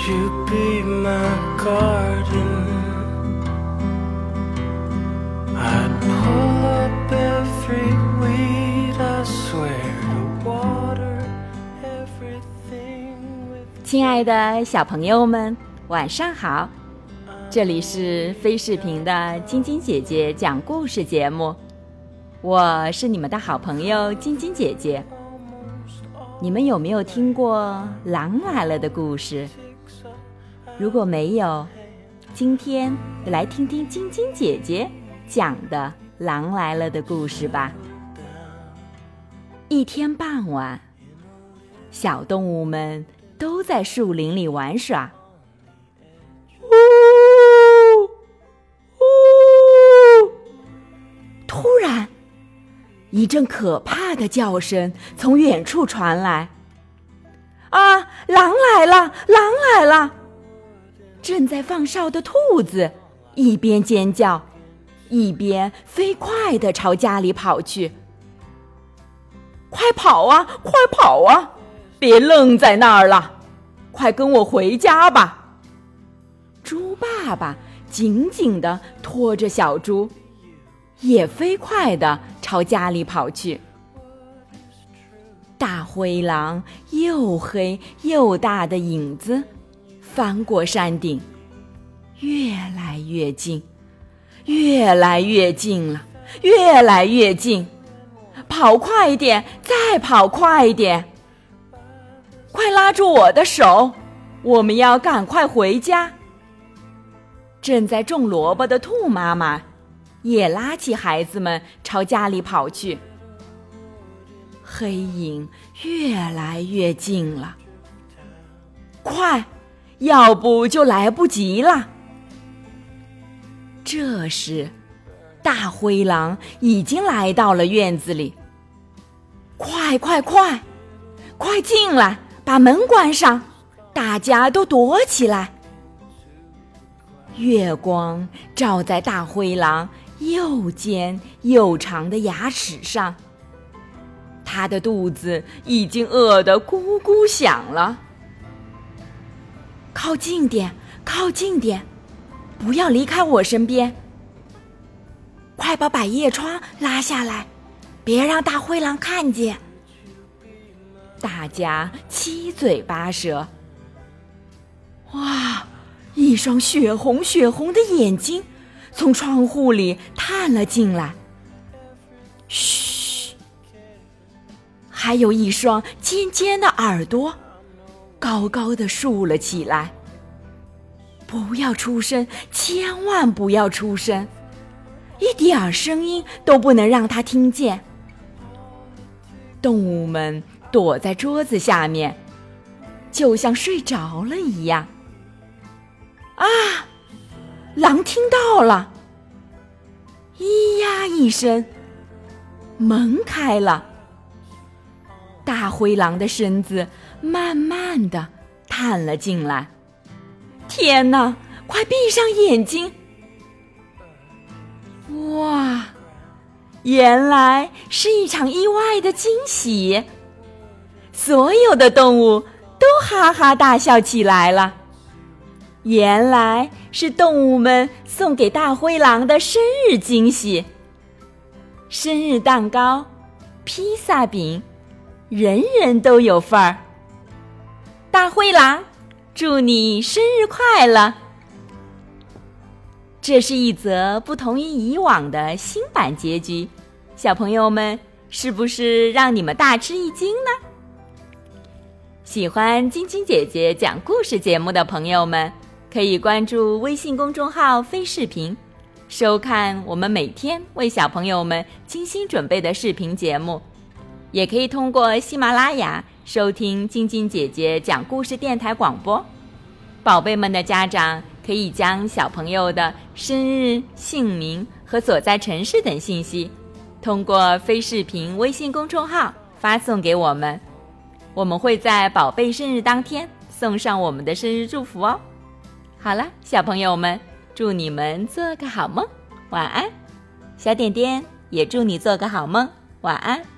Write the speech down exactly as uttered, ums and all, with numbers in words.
you be my garden? I'd pull up every weed, I swear to water everything with. 亲爱的小朋友们，晚上好！这里是飞视频的晶晶姐姐讲故事节目，我是你们的好朋友晶晶姐姐。你们有没有听过狼来了的故事？如果没有，今天来听听晶晶姐姐讲的狼来了的故事吧。一天傍晚，小动物们都在树林里玩耍。呜呜！突然，一阵可怕的叫声从远处传来。啊，狼来了，狼来了！正在放哨的兔子一边尖叫，一边飞快地朝家里跑去。快跑啊，快跑啊！别愣在那儿了，快跟我回家吧！猪爸爸紧紧地拖着小猪，也飞快地朝家里跑去。大灰狼又黑又大的影子翻过山顶，越来越近，越来越近了，越来越近！跑快一点，再跑快一点！快拉住我的手，我们要赶快回家。正在种萝卜的兔妈妈也拉起孩子们朝家里跑去。黑影越来越近了，快，要不就来不及了。这时，大灰狼已经来到了院子里。快快快，快进来，把门关上，大家都躲起来。月光照在大灰狼又尖又长的牙齿上，它的肚子已经饿得咕咕响了。靠近点，靠近点，不要离开我身边。快把百叶窗拉下来，别让大灰狼看见。大家七嘴八舌。哇，一双血红血红的眼睛从窗户里探了进来。嘘，还有一双尖尖的耳朵高高的竖了起来。不要出声，千万不要出声，一点儿声音都不能让他听见。动物们躲在桌子下面，就像睡着了一样。啊！狼听到了，咿呀一声，门开了。大灰狼的身子慢慢地探了进来。天哪，快闭上眼睛！哇，原来是一场意外的惊喜！所有的动物都哈哈大笑起来了。原来是动物们送给大灰狼的生日惊喜。生日蛋糕、披萨饼，人人都有份儿。大灰狼，祝你生日快乐！这是一则不同于以往的新版结局，小朋友们是不是让你们大吃一惊呢？喜欢晶晶姐姐讲故事节目的朋友们，可以关注微信公众号飞视频，收看我们每天为小朋友们精心准备的视频节目，也可以通过喜马拉雅收听晶晶姐姐讲故事电台广播。宝贝们的家长可以将小朋友的生日、姓名和所在城市等信息通过飞视频微信公众号发送给我们，我们会在宝贝生日当天送上我们的生日祝福哦。好了，小朋友们，祝你们做个好梦，晚安。小点点也祝你做个好梦，晚安。